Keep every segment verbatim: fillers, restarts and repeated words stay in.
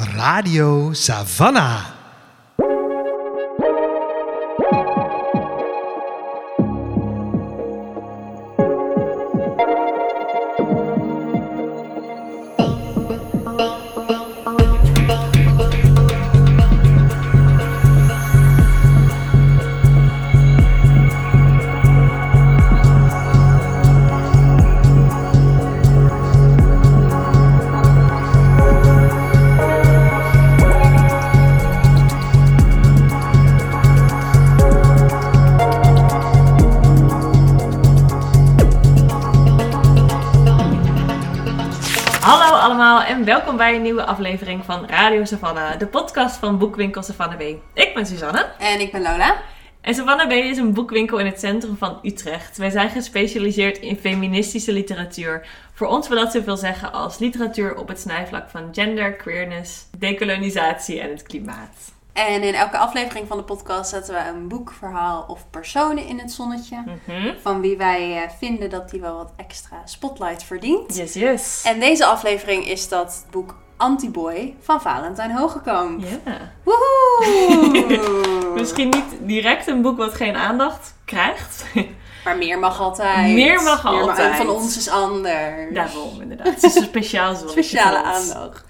Radio Savannah. En welkom bij een nieuwe aflevering van Radio Savannah, de podcast van boekwinkel Savannah B. Ik ben Suzanne. En ik ben Lola. En Savannah B is een boekwinkel in het centrum van Utrecht. Wij zijn gespecialiseerd in feministische literatuur. Voor ons wil dat zoveel zeggen als literatuur op het snijvlak van gender, queerness, dekolonisatie en het klimaat. En in elke aflevering van de podcast zetten we een boek, verhaal of personen in het zonnetje. Mm-hmm. Van wie wij uh, vinden dat die wel wat extra spotlight verdient. Yes, yes. En deze aflevering is dat het boek Antiboy van Valentijn Hogekamp. Ja. Yeah. Woehoe! Misschien niet direct een boek wat geen aandacht krijgt. Maar meer mag altijd. Meer mag meer altijd. Mag, van ons is anders. Daarom, inderdaad. Het is een speciaal zonnetje. Speciale aandacht.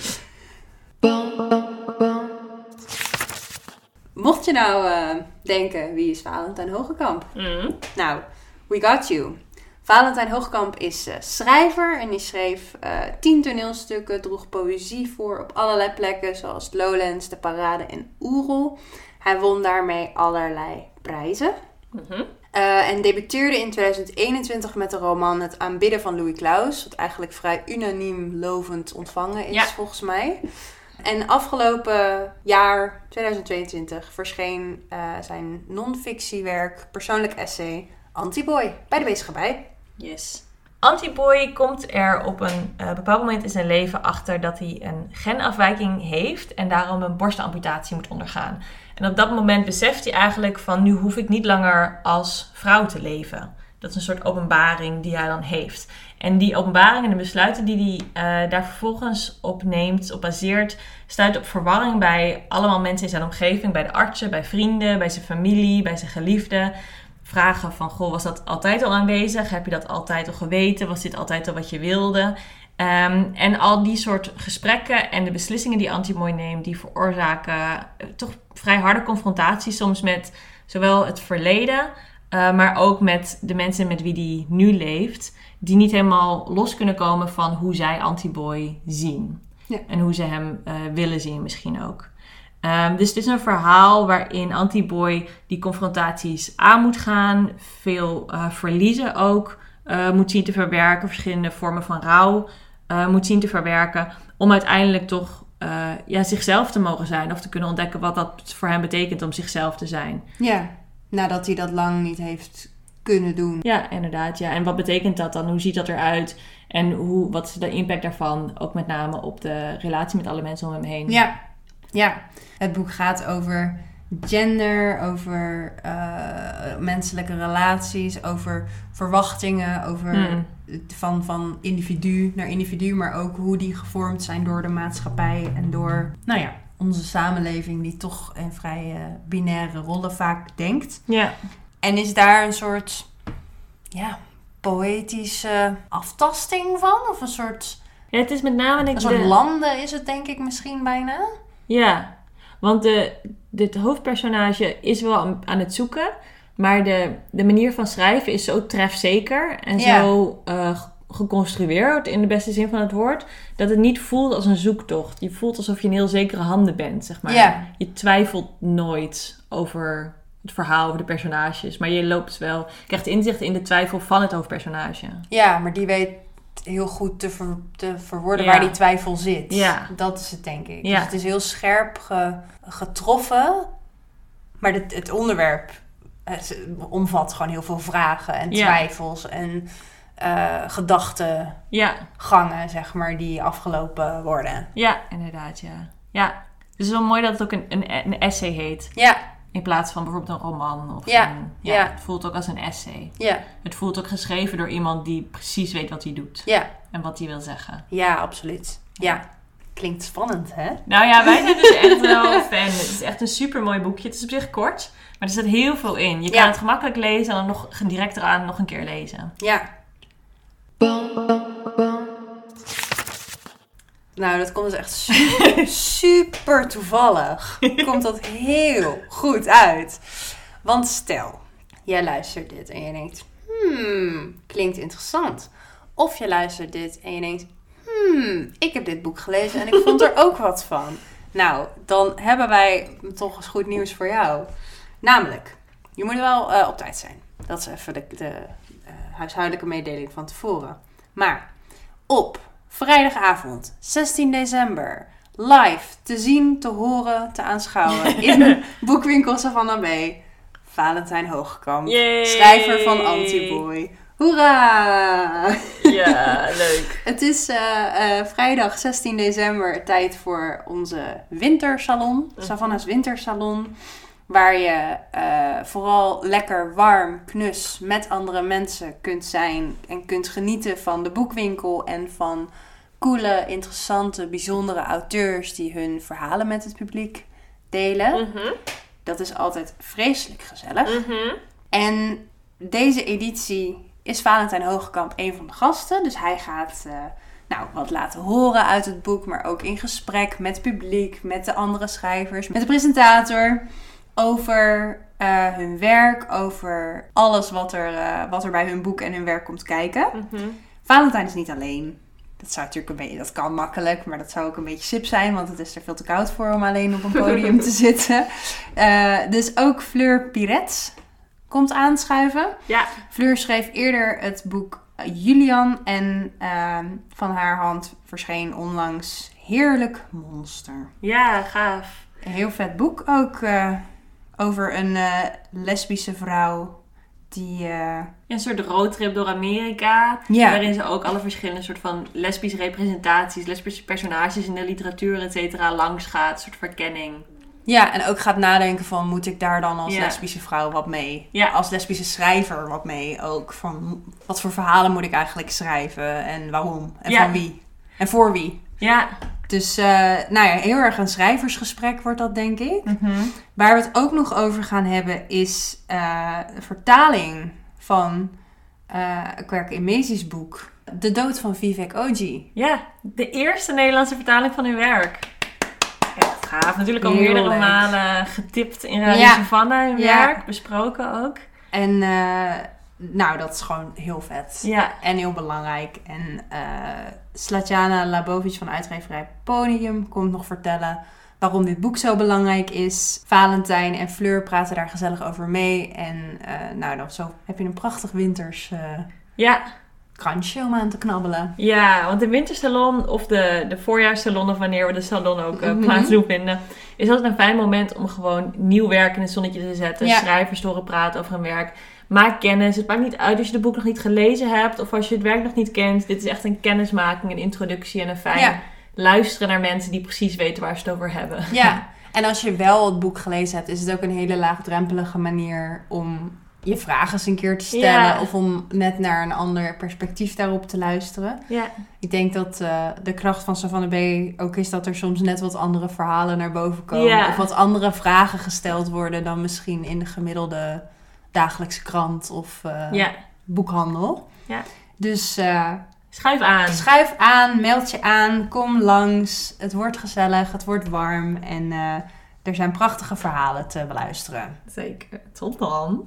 Mocht je nou uh, denken, wie is Valentijn Hogekamp? Mm. Nou, we got you. Valentijn Hogekamp is uh, schrijver en die schreef uh, tien toneelstukken, droeg poëzie voor op allerlei plekken, zoals Lowlands, De Parade en Oerol. Hij won daarmee allerlei prijzen. Mm-hmm. Uh, en debuteerde in twintig eenentwintig met de roman Het aanbidden van Louis Claus, wat eigenlijk vrij unaniem lovend ontvangen is, ja. volgens mij. En afgelopen jaar, twintig tweeëntwintig, verscheen uh, zijn non-fictiewerk, persoonlijk essay, Antiboy, bij de Bezige Bij. Yes. Antiboy komt er op een uh, bepaald moment in zijn leven achter dat hij een genafwijking heeft en daarom een borstamputatie moet ondergaan. En op dat moment beseft hij eigenlijk van, nu hoef ik niet langer als vrouw te leven. Dat is een soort openbaring die hij dan heeft. En die openbaring en de besluiten die hij uh, daar vervolgens op neemt, op baseert, stuit op verwarring bij allemaal mensen in zijn omgeving. Bij de artsen, bij vrienden, bij zijn familie, bij zijn geliefden. Vragen van, goh, was dat altijd al aanwezig? Heb je dat altijd al geweten? Was dit altijd al wat je wilde? Um, en al die soort gesprekken en de beslissingen die Antiboy neemt, die veroorzaken uh, toch vrij harde confrontaties soms met zowel het verleden, uh, maar ook met de mensen met wie hij nu leeft, die niet helemaal los kunnen komen van hoe zij Antiboy zien. Ja. En hoe ze hem uh, willen zien misschien ook. Um, dus het is een verhaal waarin Antiboy die confrontaties aan moet gaan. Veel uh, verliezen ook uh, moet zien te verwerken. Verschillende vormen van rouw uh, moet zien te verwerken. Om uiteindelijk toch uh, ja, zichzelf te mogen zijn. Of te kunnen ontdekken wat dat voor hem betekent om zichzelf te zijn. Ja, nadat hij dat lang niet heeft kunnen doen. Ja, inderdaad. Ja. En wat betekent dat dan? Hoe ziet dat eruit? En hoe, wat is de impact daarvan? Ook met name op de relatie met alle mensen om hem heen. Ja, ja. Het boek gaat over gender, over uh, menselijke relaties, over verwachtingen, over hmm. van, van individu naar individu, maar ook hoe die gevormd zijn door de maatschappij en door, nou ja, onze samenleving die toch in vrij uh, binaire rollen vaak denkt. Ja. En is daar een soort, ja, poëtische aftasting van? Of een soort... Ja, het is met name... Een ik soort de... landen is het denk ik misschien bijna. Ja, want de, dit hoofdpersonage is wel aan het zoeken, maar de, de manier van schrijven is zo trefzeker en ja. zo uh, geconstrueerd, in de beste zin van het woord, dat het niet voelt als een zoektocht. Je voelt alsof je in heel zekere handen bent, zeg maar. Ja. Je twijfelt nooit over het verhaal, over de personages, maar je loopt wel, je krijgt inzicht in de twijfel van het hoofdpersonage. Ja, maar die weet heel goed te, ver, te verwoorden ja. waar die twijfel zit. Ja. Dat is het, denk ik. Ja. Dus het is heel scherp ge, getroffen. Maar het, het onderwerp het omvat gewoon heel veel vragen en twijfels ja. en uh, gedachtengangen, ja. zeg maar, die afgelopen worden. Ja, inderdaad, ja. Ja, dus het is wel mooi dat het ook een, een, een essay heet. Ja. In plaats van bijvoorbeeld een roman. Of ja. Een, ja, ja. Het voelt ook als een essay. Ja. Het voelt ook geschreven door iemand die precies weet wat hij doet. Ja. En wat hij wil zeggen. Ja, absoluut. Ja. Klinkt spannend, hè? Nou ja, wij zijn dus echt wel fan. Het is echt een super mooi boekje. Het is op zich kort, maar er zit heel veel in. Je kan Ja. het gemakkelijk lezen en dan nog direct eraan nog een keer lezen. Ja. Nou, dat komt dus echt super, super toevallig. Komt dat heel goed uit. Want stel, jij luistert dit en je denkt... Hmm, klinkt interessant. Of je luistert dit en je denkt... Hmm, ik heb dit boek gelezen en ik vond er ook wat van. Nou, dan hebben wij toch eens goed nieuws voor jou. Namelijk, je moet wel uh, op tijd zijn. Dat is even de, de uh, huishoudelijke mededeling van tevoren. Maar op vrijdagavond, zestien december, live te zien, te horen, te aanschouwen in boekwinkel Savannah B. Valentijn Hoogkamp, Yay! schrijver van Antiboy. Hoera! Ja, leuk. Het is uh, uh, vrijdag zestien december tijd voor onze wintersalon. Savannah's wintersalon. Waar je uh, vooral lekker warm, knus met andere mensen kunt zijn. En kunt genieten van de boekwinkel en van coole, interessante, bijzondere auteurs die hun verhalen met het publiek delen. Mm-hmm. Dat is altijd vreselijk gezellig. Mm-hmm. En deze editie is Valentijn Hoogkamp een van de gasten. Dus hij gaat uh, nou, wat laten horen uit het boek. Maar ook in gesprek met het publiek, met de andere schrijvers, met de presentator. Over uh, hun werk, over alles wat er, uh, wat er bij hun boek en hun werk komt kijken. Mm-hmm. Valentijn is niet alleen. Dat zou natuurlijk een beetje, dat kan makkelijk, maar dat zou ook een beetje sip zijn, want het is er veel te koud voor om alleen op een podium te zitten. Uh, dus ook Fleur Pirets komt aanschuiven. Ja. Fleur schreef eerder het boek Julian en uh, van haar hand verscheen onlangs Heerlijk Monster. Ja, gaaf. Een heel vet boek ook uh, over een uh, lesbische vrouw die... Uh... Een soort roadtrip door Amerika. Ja. Waarin ze ook alle verschillende soort van lesbische representaties, lesbische personages in de literatuur, et cetera, langs gaat. Een soort verkenning. Ja, en ook gaat nadenken van, moet ik daar dan als Ja. lesbische vrouw wat mee? Ja. Als lesbische schrijver wat mee ook. Van, wat voor verhalen moet ik eigenlijk schrijven en waarom? En Ja. van wie? En voor wie? Ja. Dus, uh, nou ja, heel erg een schrijversgesprek wordt dat, denk ik. Mm-hmm. Waar we het ook nog over gaan hebben is uh, de vertaling van uh, Kwerk in Maisie's boek. De dood van Vivek Oji. Ja, de eerste Nederlandse vertaling van hun werk. Echt gaaf. Natuurlijk al Heel meerdere leuk. malen getipt in Radio Ja. Savannah hun Ja. werk. Besproken ook. En uh, nou, dat is gewoon heel vet. Ja. En heel belangrijk. En uh, Slatjana Labovic van uitgeverij Podium komt nog vertellen waarom dit boek zo belangrijk is. Valentijn en Fleur praten daar gezellig over mee. En uh, nou, dan zo heb je een prachtig winters uh, Ja. kransje om aan te knabbelen. Ja, want de wintersalon of de, de voorjaarssalon, of wanneer we de salon ook uh, Mhm. plaats doen vinden, is altijd een fijn moment om gewoon nieuw werk in het zonnetje te zetten. Ja. Schrijvers te horen praten over hun werk. Maak kennis. Het maakt niet uit als je het boek nog niet gelezen hebt of als je het werk nog niet kent. Dit is echt een kennismaking, een introductie en een fijn Ja. luisteren naar mensen die precies weten waar ze het over hebben. Ja, en als je wel het boek gelezen hebt, is het ook een hele laagdrempelige manier om je vragen eens een keer te stellen. Ja. Of om net naar een ander perspectief daarop te luisteren. Ja. Ik denk dat uh, de kracht van Savannah B ook is dat er soms net wat andere verhalen naar boven komen. Ja. Of wat andere vragen gesteld worden dan misschien in de gemiddelde dagelijkse krant of uh, Ja. boekhandel. Ja. Dus uh, Schuif aan. schuif aan, meld je aan, kom langs. Het wordt gezellig, het wordt warm en uh, er zijn prachtige verhalen te beluisteren. Zeker. Tot dan.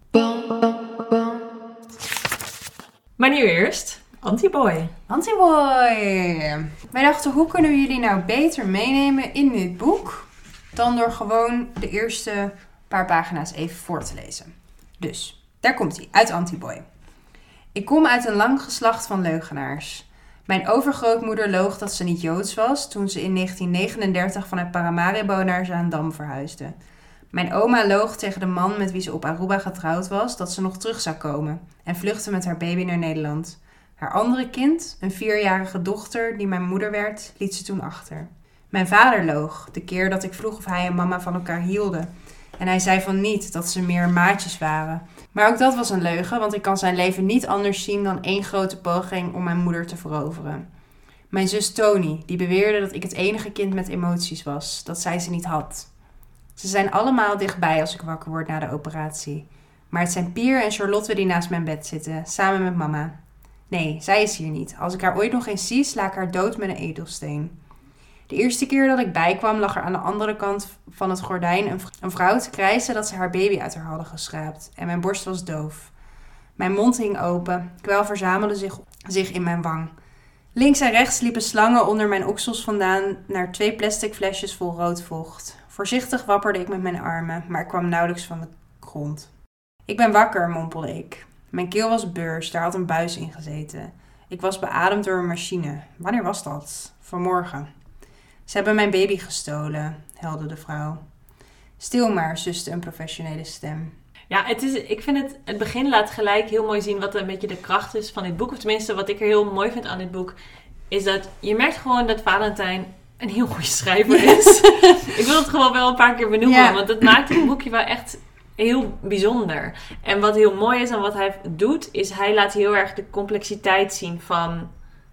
Maar nu eerst Antiboy. Antiboy! Wij dachten, hoe kunnen we jullie nou beter meenemen in dit boek dan door gewoon de eerste paar pagina's even voor te lezen. Dus, daar komt hij, uit Antiboy. Ik kom uit een lang geslacht van leugenaars. Mijn overgrootmoeder loog dat ze niet Joods was toen ze in negentien negenendertig vanuit Paramaribo naar Zaandam verhuisde. Mijn oma loog tegen de man met wie ze op Aruba getrouwd was dat ze nog terug zou komen en vluchtte met haar baby naar Nederland. Haar andere kind, een vierjarige dochter die mijn moeder werd, liet ze toen achter. Mijn vader loog, de keer dat ik vroeg of hij en mama van elkaar hielden. En hij zei van niet, dat ze meer maatjes waren. Maar ook dat was een leugen, want ik kan zijn leven niet anders zien dan één grote poging om mijn moeder te veroveren. Mijn zus Tony, die beweerde dat ik het enige kind met emoties was. Dat zij ze niet had. Ze zijn allemaal dichtbij als ik wakker word na de operatie. Maar het zijn Pier en Charlotte die naast mijn bed zitten, samen met mama. Nee, zij is hier niet. Als ik haar ooit nog eens zie, sla ik haar dood met een edelsteen. De eerste keer dat ik bijkwam, lag er aan de andere kant van het gordijn een, v- een vrouw te krijsen dat ze haar baby uit haar hadden geschraapt. En mijn borst was doof. Mijn mond hing open. Kwel verzamelde zich, zich in mijn wang. Links en rechts liepen slangen onder mijn oksels vandaan naar twee plastic flesjes vol rood vocht. Voorzichtig wapperde ik met mijn armen, maar ik kwam nauwelijks van de grond. Ik ben wakker, mompelde ik. Mijn keel was beurs, daar had een buis in gezeten. Ik was beademd door een machine. Wanneer was dat? Vanmorgen. Ze hebben mijn baby gestolen, helde de vrouw. Stil maar, zuste een professionele stem. Ja, het is, ik vind het, het begin laat gelijk heel mooi zien wat een beetje de kracht is van dit boek. Of tenminste, wat ik er heel mooi vind aan dit boek, is dat je merkt gewoon dat Valentijn een heel goede schrijver is. Ik wil het gewoon wel een paar keer benoemen, Ja. want het maakt het boekje wel echt heel bijzonder. En wat heel mooi is aan wat hij doet, is hij laat heel erg de complexiteit zien van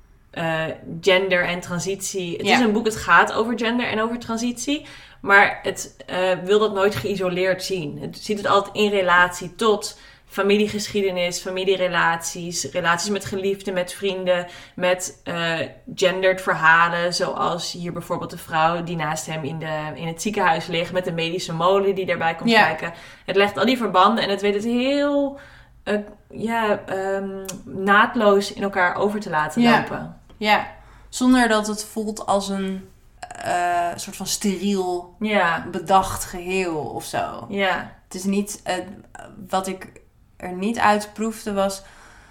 uh, gender en transitie. Het Ja. is een boek, het gaat over gender en over transitie, maar het uh, wil dat nooit geïsoleerd zien. Het ziet het altijd in relatie tot familiegeschiedenis, familierelaties, relaties met geliefden, met vrienden, met uh, gendered verhalen, zoals hier bijvoorbeeld de vrouw die naast hem in, de, in het ziekenhuis ligt, met de medische molen die daarbij komt Ja. kijken. Het legt al die verbanden en het weet het heel uh, ja, um, naadloos in elkaar over te laten Ja. lopen. Ja, zonder dat het voelt als een uh, soort van steriel Ja, bedacht geheel of zo. ja, Het is niet, uh, wat ik er niet uit proefde was,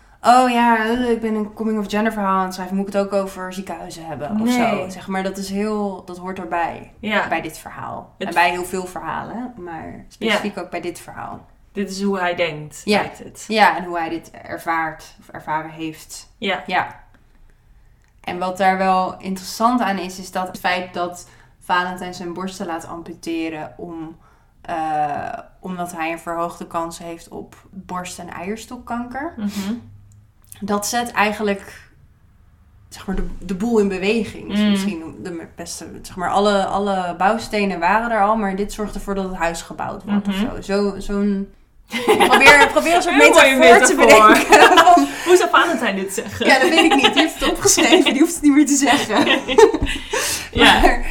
oh ja, ik ben een coming of gender verhaal aan het schrijven, moet ik het ook over ziekenhuizen hebben of Nee. zo. Zeg maar, dat is heel, dat hoort erbij, ja. bij dit verhaal. Het- En bij heel veel verhalen, maar specifiek ook bij dit verhaal. Dit is hoe hij denkt, Ja. lijkt het. Ja, en hoe hij dit ervaart of ervaren heeft. Ja, Ja. En wat daar wel interessant aan is, is dat het feit dat Valentijn zijn borsten laat amputeren om, uh, omdat hij een verhoogde kans heeft op borst- en eierstokkanker. mhm. Dat zet eigenlijk, zeg maar, de, de boel in beweging. Dus Mm. misschien de beste, zeg maar, alle, alle bouwstenen waren er al, maar dit zorgt ervoor dat het huis gebouwd wordt Mhm. of zo. zo zo'n... Probeer, probeer een soort Heel mooie metafoor te metafoor. bedenken. Van, Hoe zou Valentijn dit zeggen? ja, dat weet ik niet. Die heeft het opgeschreven. Die hoeft het niet meer te zeggen. Ja. Maar,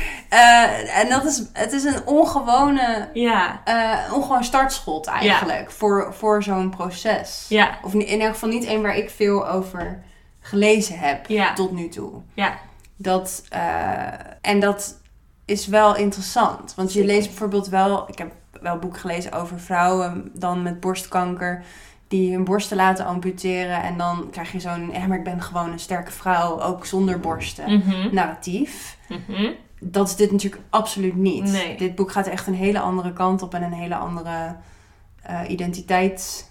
uh, en dat is, het is een ongewone, Ja, uh, ongewoon startschot eigenlijk voor, voor zo'n proces. ja, Of in ieder geval niet één waar ik veel over gelezen heb Ja. tot nu toe. ja, Dat, uh, en dat is wel interessant. Want je Zeker. leest bijvoorbeeld wel, ik heb wel boeken gelezen over vrouwen dan met borstkanker die hun borsten laten amputeren. En dan krijg je zo'n, eh, maar ik ben gewoon een sterke vrouw, ook zonder borsten, mhm, narratief. mhm. Dat is dit natuurlijk absoluut niet. Nee. Dit boek gaat echt een hele andere kant op en een hele andere uh, identiteit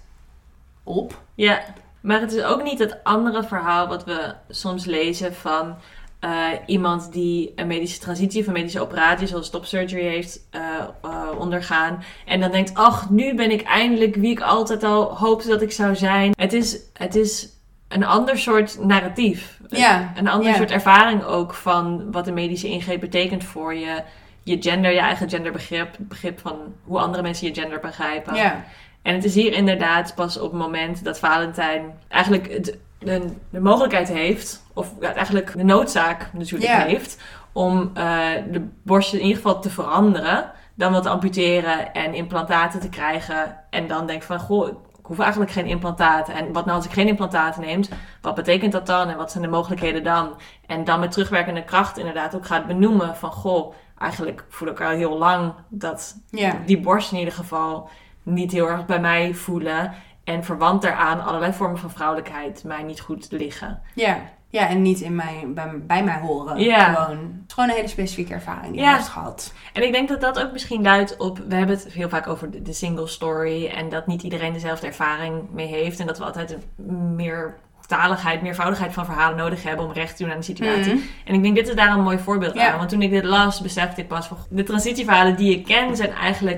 op. Ja, maar het is ook niet het andere verhaal wat we soms lezen van uh, iemand die een medische transitie of een medische operatie zoals top surgery heeft uh, uh, ondergaan. En dan denkt, ach, nu ben ik eindelijk wie ik altijd al hoopte dat ik zou zijn. Het is, het is een ander soort narratief. Ja, Een ander ja. soort ervaring ook van wat een medische ingreep betekent voor je. Je gender, je eigen genderbegrip. Het begrip van hoe andere mensen je gender begrijpen. Ja, En het is hier inderdaad pas op het moment dat Valentijn eigenlijk het, de, de mogelijkheid heeft, of ja, eigenlijk de noodzaak natuurlijk Ja. heeft, om uh, de borst in ieder geval te veranderen, dan wat te amputeren en implantaten te krijgen. En dan denk van, goh, ik hoef eigenlijk geen implantaten. En wat nou als ik geen implantaten neem, wat betekent dat dan? En wat zijn de mogelijkheden dan? En dan met terugwerkende kracht inderdaad ook gaat benoemen van, goh, eigenlijk voel ik al heel lang dat ja. die borst in ieder geval niet heel erg bij mij voelen. En verwant daaraan allerlei vormen van vrouwelijkheid mij niet goed liggen. Ja, ja, en niet in mij, bij, bij mij horen. Ja. Gewoon. Het is gewoon een hele specifieke ervaring die Ja. je heeft gehad. En ik denk dat dat ook misschien duidt op... We hebben het heel vaak over de, de single story. En dat niet iedereen dezelfde ervaring mee heeft. En dat we altijd meer taligheid, meervoudigheid van verhalen nodig hebben om recht te doen aan de situatie. Mhm. En ik denk, dit is daar een mooi voorbeeld Ja. aan. Want toen ik dit las, besefte ik pas van... De transitieverhalen die ik ken zijn eigenlijk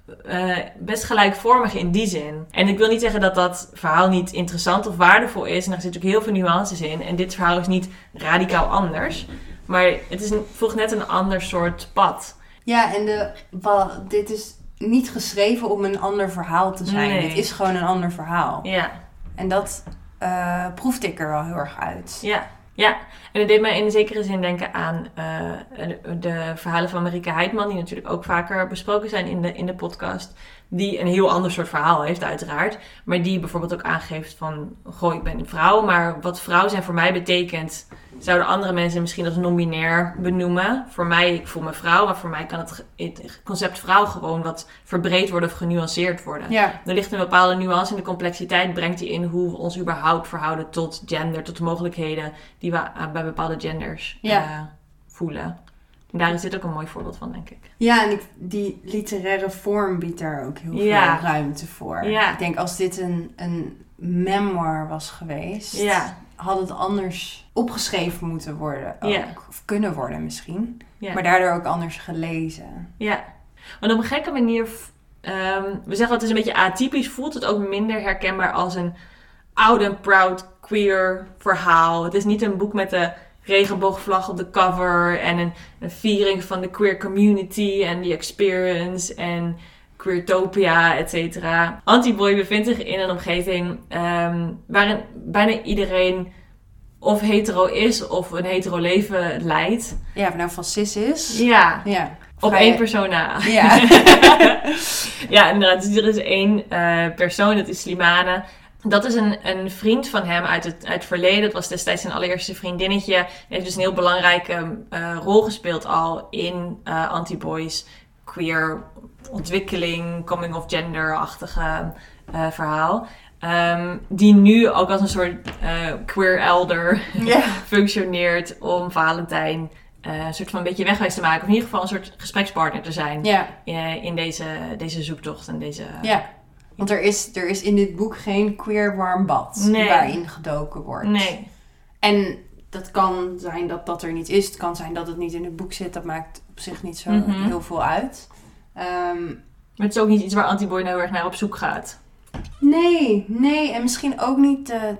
uh, best gelijkvormig in die zin. En ik wil niet zeggen dat dat verhaal niet interessant of waardevol is. En er zitten ook heel veel nuances in. En dit verhaal is niet radicaal anders. Maar het is een, volgt net een ander soort pad. Ja, en de, wel, dit is niet geschreven om een ander verhaal te zijn. Nee. Het is gewoon een ander verhaal. Ja. En dat uh, proefde ik er wel heel erg uit. Ja. Ja, en het deed mij in zekere zin denken aan uh, de, de verhalen van Marieke Heidman, die natuurlijk ook vaker besproken zijn in de, in de podcast. Die een heel ander soort verhaal heeft uiteraard. Maar die bijvoorbeeld ook aangeeft van, goh, ik ben een vrouw. Maar wat vrouw zijn voor mij betekent, zouden andere mensen misschien als non-binair benoemen. Voor mij, ik voel me vrouw. Maar voor mij kan het, het concept vrouw gewoon wat verbreed worden of genuanceerd worden. Ja. Er ligt een bepaalde nuance en de complexiteit brengt die in hoe we ons überhaupt verhouden tot gender. Tot de mogelijkheden die we bij bepaalde genders ja. uh, voelen. En daar is dit ook een mooi voorbeeld van, denk ik. Ja, en ik, die literaire vorm biedt daar ook heel ja. veel ruimte voor. Ja. Ik denk als dit een, een memoir was geweest, ja. had het anders opgeschreven moeten worden ook. Ja. Of kunnen worden misschien. Ja. Maar daardoor ook anders gelezen. Ja, want op een gekke manier, um, we zeggen dat het is een beetje atypisch, voelt het ook minder herkenbaar als een oud and proud queer verhaal. Het is niet een boek met de regenboogvlag op de cover en een, een viering van de queer community en the experience en queertopia, et cetera. Antiboy bevindt zich in een omgeving um, waarin bijna iedereen of hetero is of een hetero leven leidt. Ja, of nou van cis is. Ja, ja. op je... één persoon na. Ja, ja inderdaad. Dus er is één uh, persoon, dat is Slimane. Dat is een, een vriend van hem uit het, uit het verleden. Dat was destijds zijn allereerste vriendinnetje. Hij heeft dus een heel belangrijke uh, rol gespeeld al in uh, Antiboy's queer ontwikkeling, coming of gender-achtige uh, verhaal. Um, die nu ook als een soort uh, queer elder yeah. functioneert om Valentijn uh, een soort van een beetje wegwijs te maken. Of in ieder geval een soort gesprekspartner te zijn yeah. in, in deze, deze zoektocht en deze... Ja. Want er is, er is in dit boek geen queer warm bad nee. waarin gedoken wordt. Nee. En dat kan zijn dat dat er niet is. Het kan zijn dat het niet in het boek zit. Dat maakt op zich niet zo mm-hmm. heel veel uit. Um, maar het is ook niet iets waar Antiboy nou heel erg naar op zoek gaat. Nee, nee. En misschien ook niet de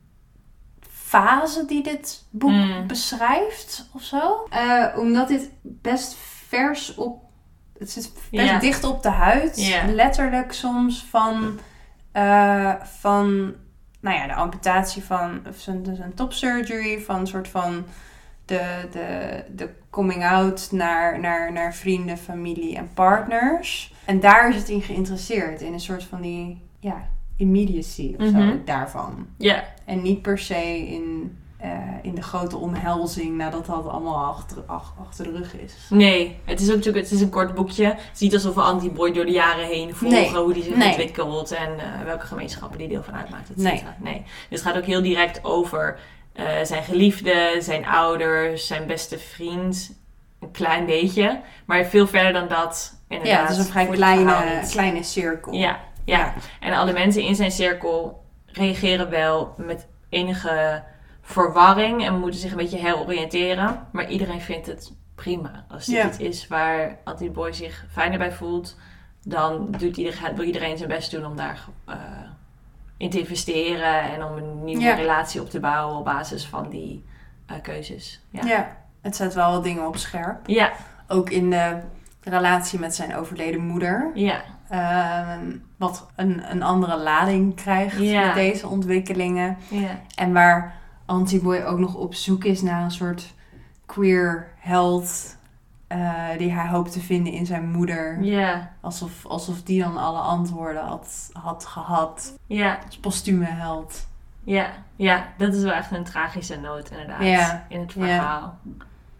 fase die dit boek mm. beschrijft of zo. Uh, omdat dit best vers op... Het zit best ja. dicht op de huid. Ja. Letterlijk soms van... Uh, van... Nou ja, de amputatie van... Zijn, zijn top surgery. Van een soort van... De, de, de coming out naar, naar, naar vrienden, familie en partners. En daar is het in geïnteresseerd. In een soort van die... Ja, immediacy of mm-hmm. zo daarvan. Ja. Yeah. En niet per se in... Uh, in de grote omhelzing nadat dat allemaal achter, ach, achter de rug is. Nee, het is ook natuurlijk het is een kort boekje. Het is niet alsof we Antiboy door de jaren heen volgen nee. hoe die zich nee. ontwikkelt en uh, welke gemeenschappen die deel van uitmaakt. Et cetera. Nee. nee. Dus het gaat ook heel direct over uh, zijn geliefde, zijn ouders, zijn beste vriend. Een klein beetje, maar veel verder dan dat. Inderdaad, ja, het is een vrij kleine, kleine cirkel. Ja, ja, ja, en alle mensen in zijn cirkel reageren wel met enige verwarring en moeten zich een beetje heroriënteren. Maar iedereen vindt het prima. Als dit ja. iets is waar Antiboy zich fijner bij voelt, dan doet iedereen, wil iedereen zijn best doen om daar uh, in te investeren en om een nieuwe ja. relatie op te bouwen op basis van die uh, keuzes. Ja. ja, het zet wel wat dingen op scherp. Ja. Ook in de relatie met zijn overleden moeder. Ja. Uh, wat een, een andere lading krijgt ja. met deze ontwikkelingen. Ja. En waar Antiboy ook nog op zoek is naar een soort queer held uh, die hij hoopt te vinden in zijn moeder. Yeah. Alsof, alsof die dan alle antwoorden had, had gehad. Yeah. Als postume held. Ja, ja, dat is wel echt een tragische noot inderdaad yeah. in het verhaal. Yeah.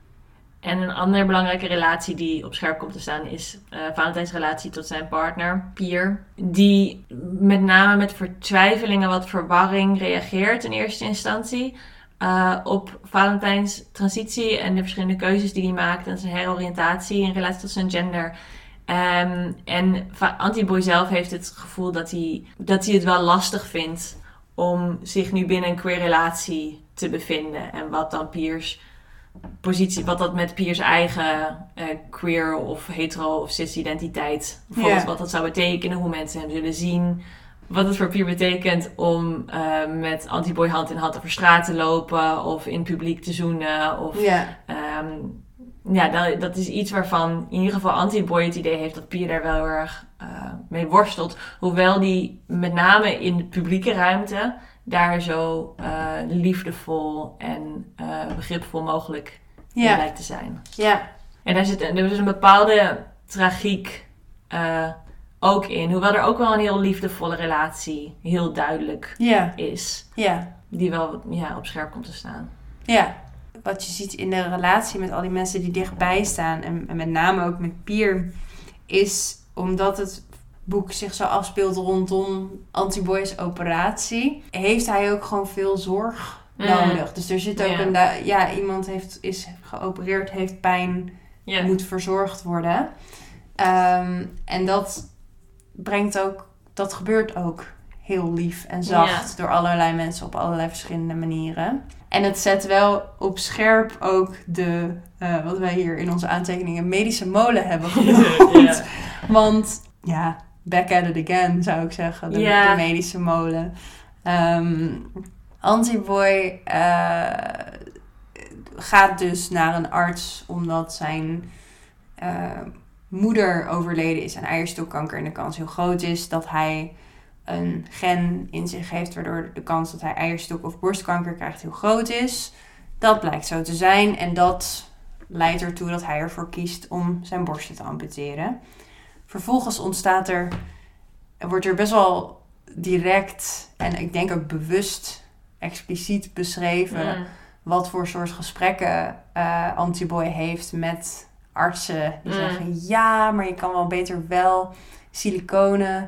En een andere belangrijke relatie die op scherp komt te staan is uh, Valentijns relatie tot zijn partner, Pier. Die met name met vertwijfeling en wat verwarring reageert in eerste instantie uh, op Valentijns transitie en de verschillende keuzes die hij maakt en zijn heroriëntatie in relatie tot zijn gender. Um, en Antiboy zelf heeft het gevoel dat hij, dat hij het wel lastig vindt om zich nu binnen een queer relatie te bevinden. En wat dan Piers positie, wat dat met Piers eigen uh, queer of hetero of cis identiteit, bijvoorbeeld yeah. wat dat zou betekenen, hoe mensen hem zullen zien, wat het voor Pier betekent om uh, met Antiboy hand in hand over straat te lopen of in publiek te zoenen. Of, yeah. um, ja, dat, dat is iets waarvan in ieder geval Antiboy het idee heeft dat Pier daar wel heel erg uh, mee worstelt. Hoewel die met name in de publieke ruimte daar zo uh, liefdevol en uh, begripvol mogelijk yeah. in lijkt te zijn. Ja. Yeah. En daar zit er is een bepaalde tragiek uh, ook in. Hoewel er ook wel een heel liefdevolle relatie heel duidelijk yeah. is. Ja. Yeah. Die wel ja, op scherp komt te staan. Ja. Yeah. Wat je ziet in de relatie met al die mensen die dichtbij staan. En, en met name ook met Pier. Is omdat het boek zich zo afspeelt rondom Antiboy's operatie. Heeft hij ook gewoon veel zorg mm. nodig. Dus er zit ook yeah. een... Da- ja, iemand heeft, is geopereerd, heeft pijn. Yeah. Moet verzorgd worden. Um, en dat brengt ook... Dat gebeurt ook heel lief en zacht. Yeah. Door allerlei mensen op allerlei verschillende manieren. En het zet wel op scherp ook de... Uh, wat wij hier in onze aantekeningen medische molen hebben genoemd. yeah. Want ja... Back at it again, zou ik zeggen. De, yeah. de medische molen. Um, Antiboy uh, gaat dus naar een arts omdat zijn uh, moeder overleden is aan eierstokkanker. En de kans heel groot is dat hij een gen in zich heeft waardoor de kans dat hij eierstok- of borstkanker krijgt heel groot is. Dat blijkt zo te zijn. En dat leidt ertoe dat hij ervoor kiest om zijn borsten te amputeren. Vervolgens ontstaat er, wordt er best wel direct en ik denk ook bewust expliciet beschreven mm. wat voor soort gesprekken uh, Antiboy heeft met artsen. Die mm. zeggen, ja, maar je kan wel beter wel siliconen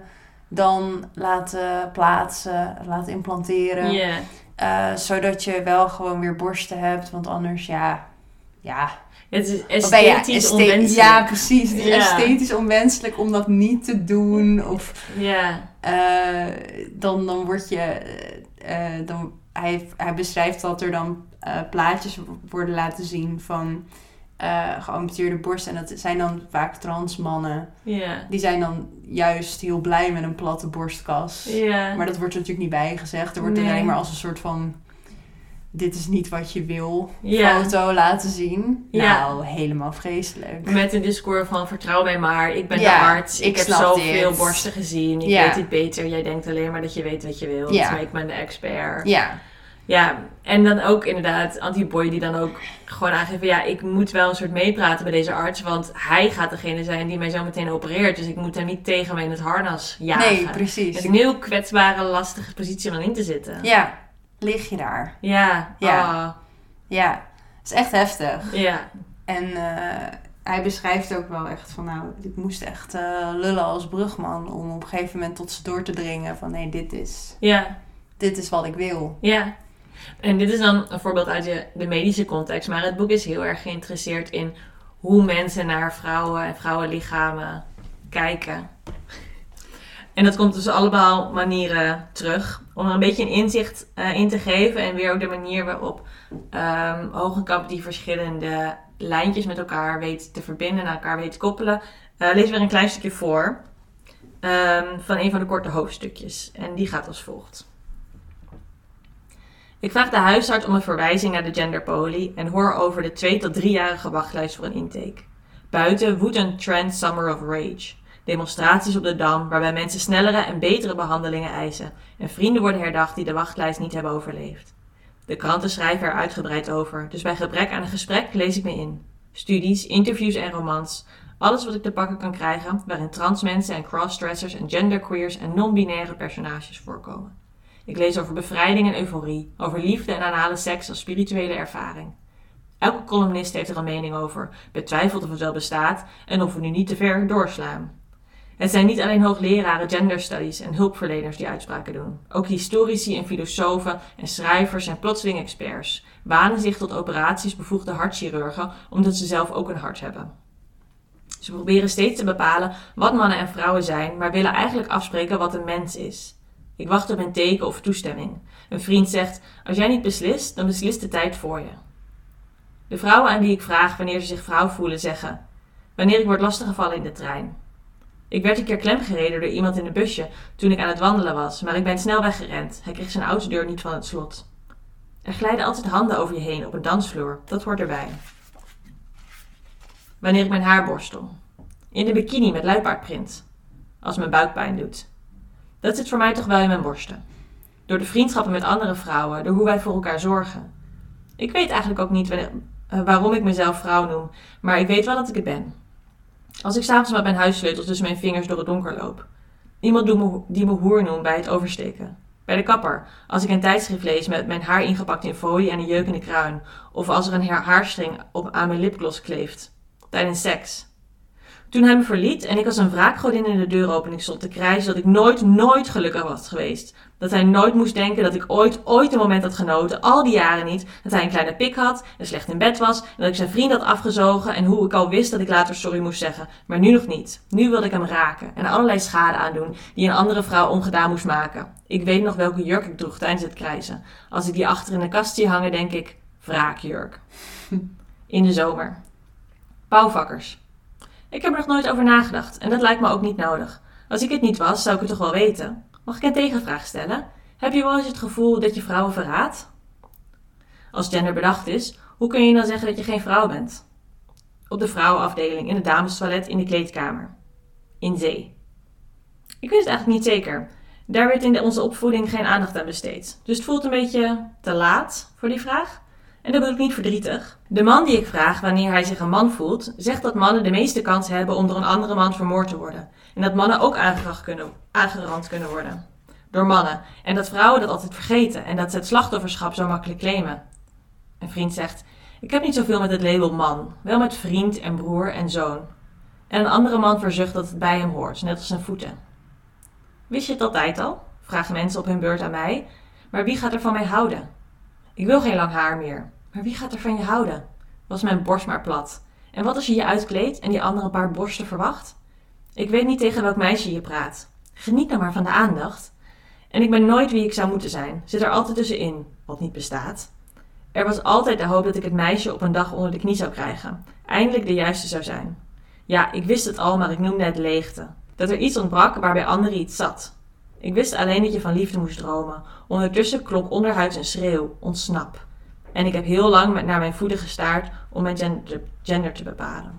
dan laten plaatsen, laten implanteren. Yeah. Uh, zodat je wel gewoon weer borsten hebt, want anders ja, ja... Het is esthetisch ja, esthe- onwenselijk. Ja, precies. Het is ja. esthetisch onwenselijk om dat niet te doen. Of ja. uh, dan, dan word je... Uh, dan, hij, hij beschrijft dat er dan uh, plaatjes worden laten zien van uh, geamputeerde borsten. En dat zijn dan vaak transmannen. Ja. Die zijn dan juist heel blij met een platte borstkas. Ja. Maar dat wordt er natuurlijk niet bij gezegd. Er wordt nee. er alleen maar als een soort van... Dit is niet wat je wil, ja. foto laten zien. Ja. Nou, helemaal vreselijk. Met een discours van vertrouw mij maar, ik ben ja, de arts, ik, ik heb zoveel dit. borsten gezien, ik ja. weet het beter. Jij denkt alleen maar dat je weet wat je wilt, ja. maar ik ben de expert. Ja. Ja, en dan ook inderdaad Antiboy die dan ook gewoon aangeeft, ja, ik moet wel een soort meepraten bij deze arts, want hij gaat degene zijn die mij zo meteen opereert, dus ik moet hem niet tegen me in het harnas jagen. Nee, precies. Het is een heel kwetsbare, lastige positie om in te zitten. Ja, lig je daar. Ja. Ja. Oh. Ja, het is echt heftig. Ja. En uh, hij beschrijft ook wel echt van, nou, ik moest echt uh, lullen als brugman om op een gegeven moment tot ze door te dringen van, nee, dit is, ja. dit is wat ik wil. Ja. En dit is dan een voorbeeld uit de, de medische context, maar het boek is heel erg geïnteresseerd in hoe mensen naar vrouwen en vrouwenlichamen kijken. En dat komt dus allemaal manieren terug. Om er een beetje een inzicht uh, in te geven. En weer ook de manier waarop um, Hogenkamp die verschillende lijntjes met elkaar weet te verbinden. En elkaar weet te koppelen. Uh, lees weer een klein stukje voor. Um, van een van de korte hoofdstukjes. En die gaat als volgt. Ik vraag de huisarts om een verwijzing naar de genderpoly. En hoor over de twee tot driejarige wachtlijst voor een intake. Buiten woedt een trend summer of rage. Demonstraties op de Dam waarbij mensen snellere en betere behandelingen eisen en vrienden worden herdacht die de wachtlijst niet hebben overleefd. De kranten schrijven er uitgebreid over, dus bij gebrek aan een gesprek lees ik me in. Studies, interviews en romans, alles wat ik te pakken kan krijgen waarin transmensen en crossdressers en genderqueers en non-binaire personages voorkomen. Ik lees over bevrijding en euforie, over liefde en anale seks als spirituele ervaring. Elke columnist heeft er een mening over, betwijfelt of het wel bestaat en of we nu niet te ver doorslaan. Het zijn niet alleen hoogleraren gender studies en hulpverleners die uitspraken doen. Ook historici en filosofen en schrijvers en plotseling experts wanen zich tot operaties bevoegde hartchirurgen omdat ze zelf ook een hart hebben. Ze proberen steeds te bepalen wat mannen en vrouwen zijn, maar willen eigenlijk afspreken wat een mens is. Ik wacht op een teken of toestemming. Een vriend zegt, als jij niet beslist, dan beslist de tijd voor je. De vrouwen aan wie ik vraag wanneer ze zich vrouw voelen zeggen: wanneer ik word lastiggevallen in de trein. Ik werd een keer klemgereden door iemand in een busje toen ik aan het wandelen was, maar ik ben snel weggerend. Hij kreeg zijn autodeur niet van het slot. Er glijden altijd handen over je heen op een dansvloer. Dat hoort erbij. Wanneer ik mijn haar borstel. In een bikini met luipaardprint. Als mijn buik pijn doet. Dat zit voor mij toch wel in mijn borsten. Door de vriendschappen met andere vrouwen, door hoe wij voor elkaar zorgen. Ik weet eigenlijk ook niet wanneer, uh, waarom ik mezelf vrouw noem, maar ik weet wel dat ik het ben. Als ik s'avonds met mijn huissleutels tussen mijn vingers door het donker loop. Iemand die me hoer noemt bij het oversteken. Bij de kapper, als ik een tijdschrift lees met mijn haar ingepakt in folie en een jeuk in de kruin. Of als er een haarstring op aan mijn lipgloss kleeft. Tijdens seks. Toen hij me verliet en ik als een wraakgodin in de deuropening stond te krijsen dat ik nooit, nooit gelukkig was geweest. Dat hij nooit moest denken dat ik ooit, ooit een moment had genoten, al die jaren niet. Dat hij een kleine pik had en slecht in bed was. En dat ik zijn vriend had afgezogen en hoe ik al wist dat ik later sorry moest zeggen. Maar nu nog niet. Nu wilde ik hem raken en allerlei schade aandoen die een andere vrouw ongedaan moest maken. Ik weet nog welke jurk ik droeg tijdens het krijsen. Als ik die achter in de kast zie hangen, denk ik, wraakjurk. In de zomer. Bouwvakkers. Ik heb er nog nooit over nagedacht en dat lijkt me ook niet nodig. Als ik het niet was, zou ik het toch wel weten. Mag ik een tegenvraag stellen? Heb je wel eens het gevoel dat je vrouwen verraadt? Als gender bedacht is, hoe kun je dan zeggen dat je geen vrouw bent? Op de vrouwenafdeling, in het damestoilet, in de kleedkamer. In zee. Ik weet het eigenlijk niet zeker. Daar werd in onze opvoeding geen aandacht aan besteed. Dus het voelt een beetje te laat voor die vraag. En dat bedoel ik niet verdrietig. De man die ik vraag wanneer hij zich een man voelt, zegt dat mannen de meeste kans hebben om door een andere man vermoord te worden. En dat mannen ook aangerand kunnen, aangerand kunnen worden. Door mannen. En dat vrouwen dat altijd vergeten. En dat ze het slachtofferschap zo makkelijk claimen. Een vriend zegt: ik heb niet zoveel met het label man. Wel met vriend en broer en zoon. En een andere man verzucht dat het bij hem hoort, net als zijn voeten. Wist je het altijd al? Vragen mensen op hun beurt aan mij. Maar wie gaat er van mij houden? Ik wil geen lang haar meer. Maar wie gaat er van je houden? Was mijn borst maar plat. En wat als je je uitkleedt en die andere een paar borsten verwacht? Ik weet niet tegen welk meisje je praat. Geniet nou maar van de aandacht. En ik ben nooit wie ik zou moeten zijn. Zit er altijd tussenin, wat niet bestaat. Er was altijd de hoop dat ik het meisje op een dag onder de knie zou krijgen. Eindelijk de juiste zou zijn. Ja, ik wist het al, maar ik noemde het leegte. Dat er iets ontbrak waarbij anderen iets zat. Ik wist alleen dat je van liefde moest dromen. Ondertussen klonk onderhuids een schreeuw, ontsnap. En ik heb heel lang met naar mijn voeten gestaard om mijn gender, gender te bepalen.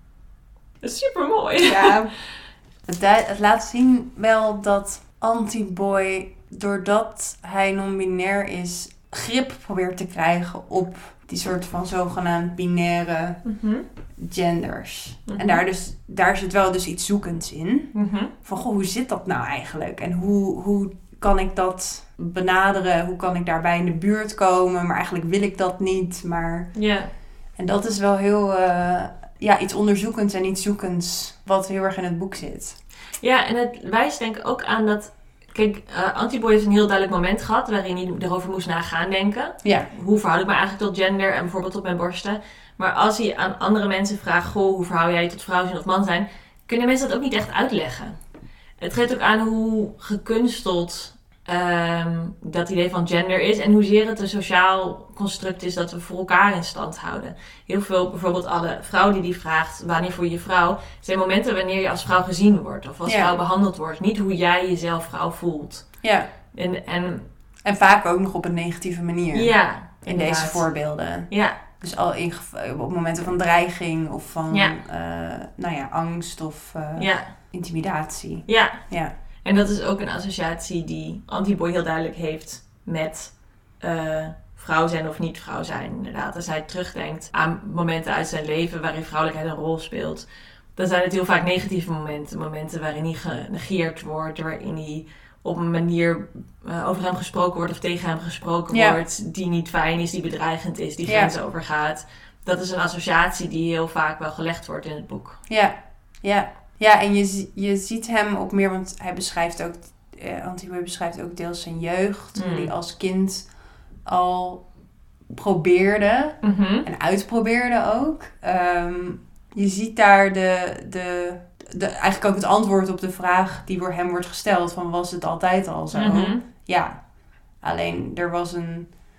Dat is super mooi. Ja, het, het laat zien wel dat Antiboy, doordat hij non-binair is, grip probeert te krijgen op die soort van zogenaamd binaire mm-hmm. genders. Mm-hmm. En daar, dus, daar zit wel dus iets zoekends in. Mm-hmm. Van, goh, hoe zit dat nou eigenlijk? En hoe, hoe kan ik dat benaderen? Hoe kan ik daarbij in de buurt komen? Maar eigenlijk wil ik dat niet. Maar... Yeah. En dat is wel heel... Uh, ja, iets onderzoekends en iets zoekends wat heel erg in het boek zit. Ja, en het wijst denk ik ook aan dat... Kijk, uh, Antiboy heeft een heel duidelijk moment gehad waarin hij erover moest nagaan denken. Ja. Hoe verhoud ik me eigenlijk tot gender en bijvoorbeeld tot mijn borsten? Maar als hij aan andere mensen vraagt, goh, hoe verhoud jij je tot vrouw zijn of man zijn? Kunnen mensen dat ook niet echt uitleggen. Het geeft ook aan hoe gekunsteld um, dat idee van gender is en hoezeer het een sociaal construct is dat we voor elkaar in stand houden. Heel veel, bijvoorbeeld alle vrouw die die vraagt, wanneer voel je je vrouw? Zijn momenten wanneer je als vrouw gezien wordt of als ja. vrouw behandeld wordt. Niet hoe jij jezelf vrouw voelt. Ja. En, en, en vaak ook nog op een negatieve manier. Ja. In inderdaad. Deze voorbeelden. Ja. Dus al in, op momenten van dreiging of van ja. Uh, nou ja, angst of uh, ja. intimidatie. Ja. ja. En dat is ook een associatie die Antiboy heel duidelijk heeft met uh, vrouw zijn of niet vrouw zijn. Inderdaad, als hij terugdenkt aan momenten uit zijn leven waarin vrouwelijkheid een rol speelt. Dan zijn het heel vaak negatieve momenten. Momenten waarin hij genegeerd wordt, waarin hij op een manier uh, over hem gesproken wordt of tegen hem gesproken ja. wordt die niet fijn is, die bedreigend is, die grenzen ja. overgaat. Dat is een associatie die heel vaak wel gelegd wordt in het boek. Ja, ja. Ja, en je, je ziet hem ook meer, want hij beschrijft ook, uh, Antiboy beschrijft ook deels zijn jeugd, mm. hoe hij als kind al probeerde mm-hmm. en uitprobeerde ook. Um, je ziet daar de, de, de, eigenlijk ook het antwoord op de vraag die voor hem wordt gesteld, van was het altijd al zo? Mm-hmm. Ja, alleen er was een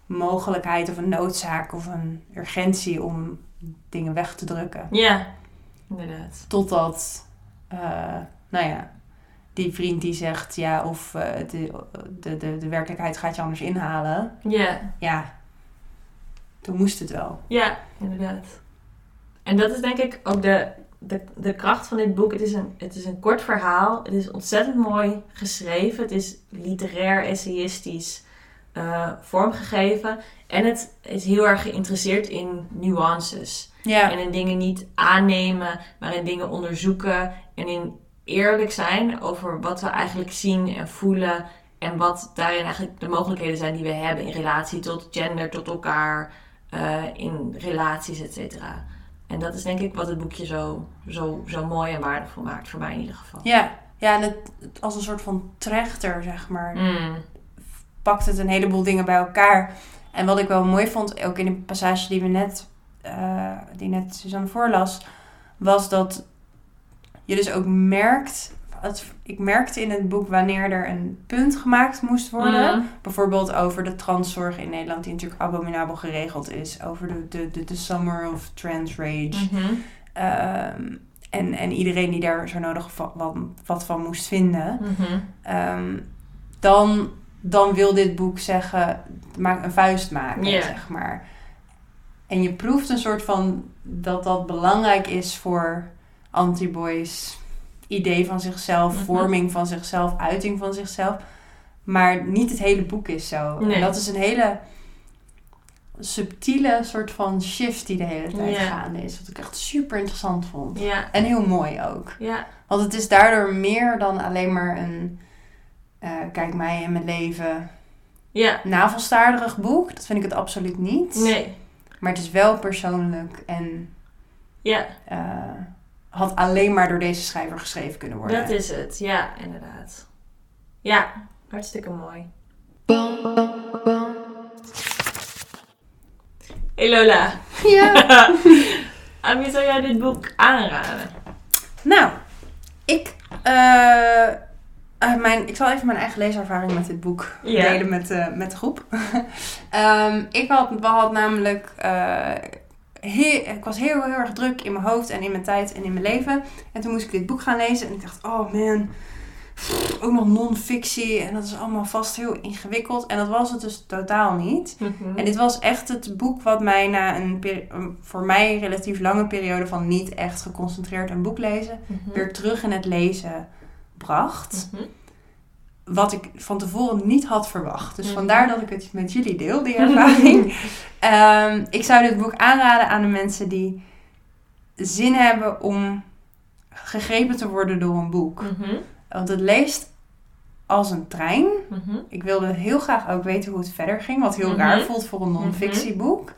mogelijkheid of een noodzaak of een urgentie om dingen weg te drukken. Ja, inderdaad. Totdat, uh, nou ja, die vriend die zegt, ja, of uh, de, de, de, de werkelijkheid gaat je anders inhalen. Ja. Ja, toen moest het wel. Ja, inderdaad. En dat is denk ik ook de, de, de kracht van dit boek. Het is, een, het is een kort verhaal. Het is ontzettend mooi geschreven. Het is literair, essayistisch uh, vormgegeven. En het is heel erg geïnteresseerd in nuances. Ja. En in dingen niet aannemen, maar in dingen onderzoeken. En in eerlijk zijn over wat we eigenlijk zien en voelen. En wat daarin eigenlijk de mogelijkheden zijn die we hebben in relatie tot gender, tot elkaar, uh, in relaties, et cetera. En dat is denk ik wat het boekje zo, zo, zo mooi en waardevol maakt, voor mij in ieder geval. Ja, ja en het, het als een soort van trechter, zeg maar, Mm. pakt het een heleboel dingen bij elkaar. En wat ik wel mooi vond, ook in de passage die we net, uh, die net Suzanne voorlas, was dat je dus ook merkt, het, ik merkte in het boek wanneer er een punt gemaakt moest worden. Mm. Bijvoorbeeld over de transzorg in Nederland, die natuurlijk abominabel geregeld is. Over de, de, de, de summer of trans rage. Mm-hmm. Um, en, en iedereen die daar zo nodig va- wat, wat van moest vinden. Mm-hmm. Um, dan, dan wil dit boek zeggen, maak een vuist maken, Yeah. zeg maar. En je proeft een soort van dat dat belangrijk is voor Antiboy's idee van zichzelf, Mm-hmm. vorming van zichzelf, uiting van zichzelf. Maar niet het hele boek is zo. Nee. En dat is een hele subtiele soort van shift die de hele tijd Ja. gaande is. Wat ik echt super interessant vond. Ja. En heel mooi ook. Ja. Want het is daardoor meer dan alleen maar een uh, kijk mij en mijn leven Ja. navelstaarderig boek. Dat vind ik het absoluut niet. Nee. Maar het is wel persoonlijk en Ja. uh, had alleen maar door deze schrijver geschreven kunnen worden. Dat is het. Ja, inderdaad. Ja. Hartstikke mooi. Hey Lola. Ja. Aan wie zou jij dit boek aanraden? Nou, ik, uh, uh, mijn, ik zal even mijn eigen leeservaring met dit boek Ja. delen met, uh, met de groep. um, ik had, had namelijk, uh, heel, ik was heel, heel erg druk in mijn hoofd en in mijn tijd en in mijn leven. En toen moest ik dit boek gaan lezen en ik dacht, oh man, pff, ook nog non-fictie en dat is allemaal vast heel ingewikkeld. En dat was het dus totaal niet. Mm-hmm. En dit was echt het boek wat mij na een, peri- een voor mij relatief lange periode van niet echt geconcentreerd een boek lezen, Mm-hmm. weer terug in het lezen bracht. Mm-hmm. Wat ik van tevoren niet had verwacht. Dus Mhm. vandaar dat ik het met jullie deel, die ervaring. um, ik zou dit boek aanraden aan de mensen die zin hebben om gegrepen te worden door een boek. Mm-hmm. Want het leest als een trein. Mm-hmm. Ik wilde heel graag ook weten hoe het verder ging. Wat heel Mhm. raar voelt voor een non-fictieboek.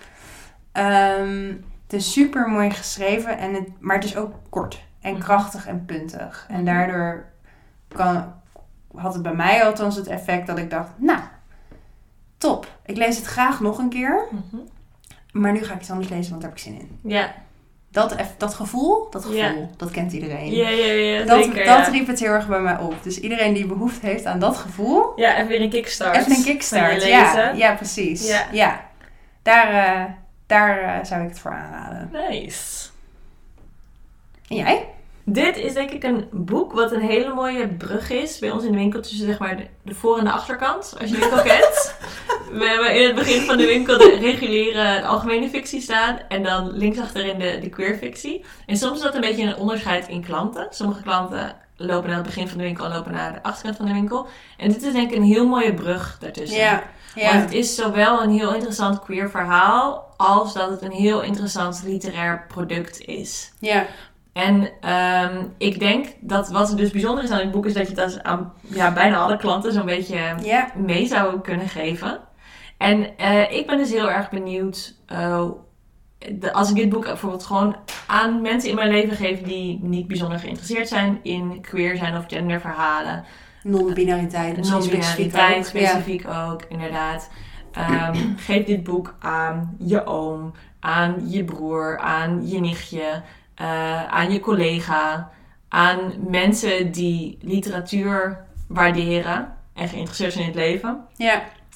Um, het is super mooi geschreven. En het, maar het is ook kort. En Mhm. krachtig en puntig. En Mhm. daardoor kan, had het bij mij althans het effect dat ik dacht... Nou, top. Ik lees het graag nog een keer. Mm-hmm. Maar nu ga ik iets anders lezen, want daar heb ik zin in. Ja. Dat, eff- dat gevoel, dat gevoel, Ja. dat kent iedereen. Ja, ja, ja. dat zeker, dat ja. riep het heel erg bij mij op. Dus iedereen die behoefte heeft aan dat gevoel... Ja, even weer een kickstart. Even een Van kickstart, je ja, lezen. ja, precies. Ja. Ja. Daar, uh, daar uh, zou ik het voor aanraden. Nice. En jij? Dit is denk ik een boek wat een hele mooie brug is bij ons in de winkel tussen zeg maar de, de voor- en de achterkant, als je de winkel kent. We hebben in het begin van de winkel de reguliere algemene fictie staan en dan links achterin de, de queer fictie. En soms is dat een beetje een onderscheid in klanten. Sommige klanten lopen naar het begin van de winkel en lopen naar de achterkant van de winkel. En dit is denk ik een heel mooie brug daartussen. Ja. Want het is zowel een heel interessant queer verhaal als dat het een heel interessant literair product is. Ja. En um, ik denk dat wat er dus bijzonder is aan dit boek is dat je het als aan ja, bijna alle klanten zo'n beetje Ja. mee zou kunnen geven. En uh, ik ben dus heel erg benieuwd uh, de, als ik dit boek bijvoorbeeld gewoon aan mensen in mijn leven geef die niet bijzonder geïnteresseerd zijn in queer zijn of genderverhalen. Non-binariteit. Non-binariteit, specifiek, specifiek ook, inderdaad. Um, geef dit boek aan je oom, aan je broer, aan je nichtje, uh, aan je collega, aan mensen die literatuur waarderen en geïnteresseerd zijn in het leven. Ja.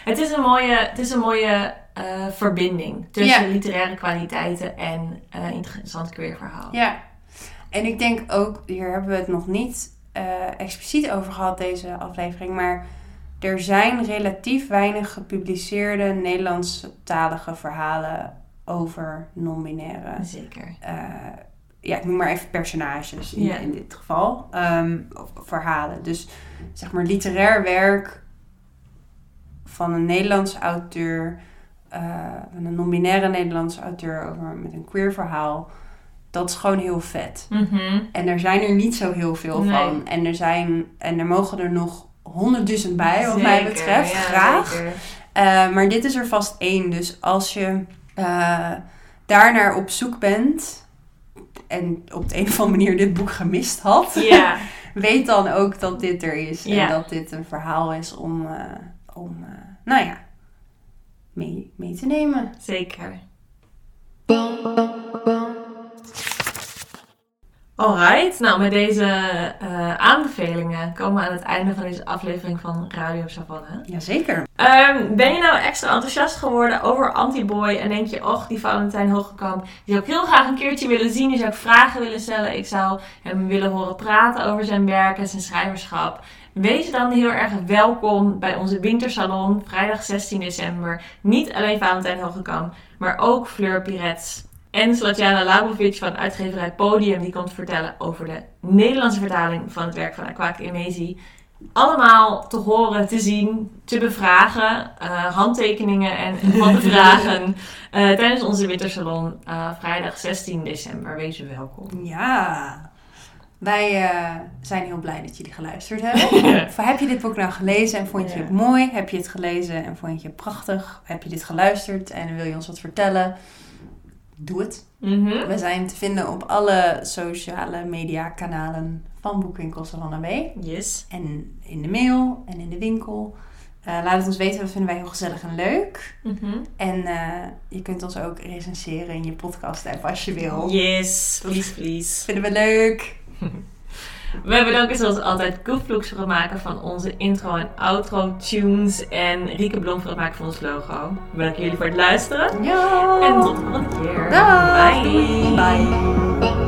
Het is een mooie, het is een mooie uh, verbinding tussen Ja. literaire kwaliteiten en uh, interessant queer verhaal. Ja, en ik denk ook, hier hebben we het nog niet uh, expliciet over gehad, deze aflevering, maar er zijn relatief weinig gepubliceerde Nederlandstalige verhalen over non-binaire. Zeker. Uh, ja, ik noem maar even personages in, Ja. in dit geval. Um, of verhalen. Dus zeg maar literair werk van een Nederlandse auteur, uh, een non-binaire Nederlandse auteur over, met een queer verhaal. Dat is gewoon heel vet. Mm-hmm. En er zijn er niet zo heel veel Nee. van. En er zijn, en er mogen er nog honderdduizend bij, wat Zeker, mij betreft. ja, Graag. zeker. Uh, maar dit is er vast één. Dus als je uh, daarnaar op zoek bent en op de een of andere manier dit boek gemist had, Ja. weet dan ook dat dit er is. Ja. En dat dit een verhaal is om, uh, om uh, nou ja, mee, mee te nemen. Zeker. Alright, nou met deze uh, aanbevelingen komen we aan het einde van deze aflevering van Radio Savannah. Jazeker. Um, ben je nou extra enthousiast geworden over Antiboy en denk je, och, die Valentijn Hogekamp, die zou ik heel graag een keertje willen zien, die zou ik vragen willen stellen, ik zou hem willen horen praten over zijn werk en zijn schrijverschap. Wees dan heel erg welkom bij onze wintersalon, vrijdag zestien december. Niet alleen Valentijn Hogekamp, maar ook Fleur Pirets. En Slatjana Labovic van uitgeverij Podium, die komt vertellen over de Nederlandse vertaling van het werk van Akwaeke Emezi. Allemaal te horen, te zien, te bevragen, uh, handtekeningen en van te vragen uh, tijdens onze wintersalon uh, vrijdag zestien december. Wees welkom. Ja, wij uh, zijn heel blij dat jullie geluisterd hebben. Of heb je dit boek nou gelezen en vond je Ja. het mooi? Heb je het gelezen en vond je het prachtig? Heb je dit geluisterd en wil je ons wat vertellen? Doe het. Mm-hmm. We zijn te vinden op alle sociale media kanalen van Boekwinkel Savannah B. Yes. En in de mail en in de winkel. Uh, laat het ons weten, dat vinden wij heel gezellig en leuk. Mm-hmm. En uh, je kunt ons ook recenseren in je podcast app als je wil. Yes, please, please. Vinden we leuk. We bedanken zoals altijd Koefvloeks voor het maken van onze intro en outro tunes. En Rieke Blom voor het maken van ons logo. We bedanken jullie voor het luisteren. Ja. En tot de volgende keer. Dag. Bye. Bye.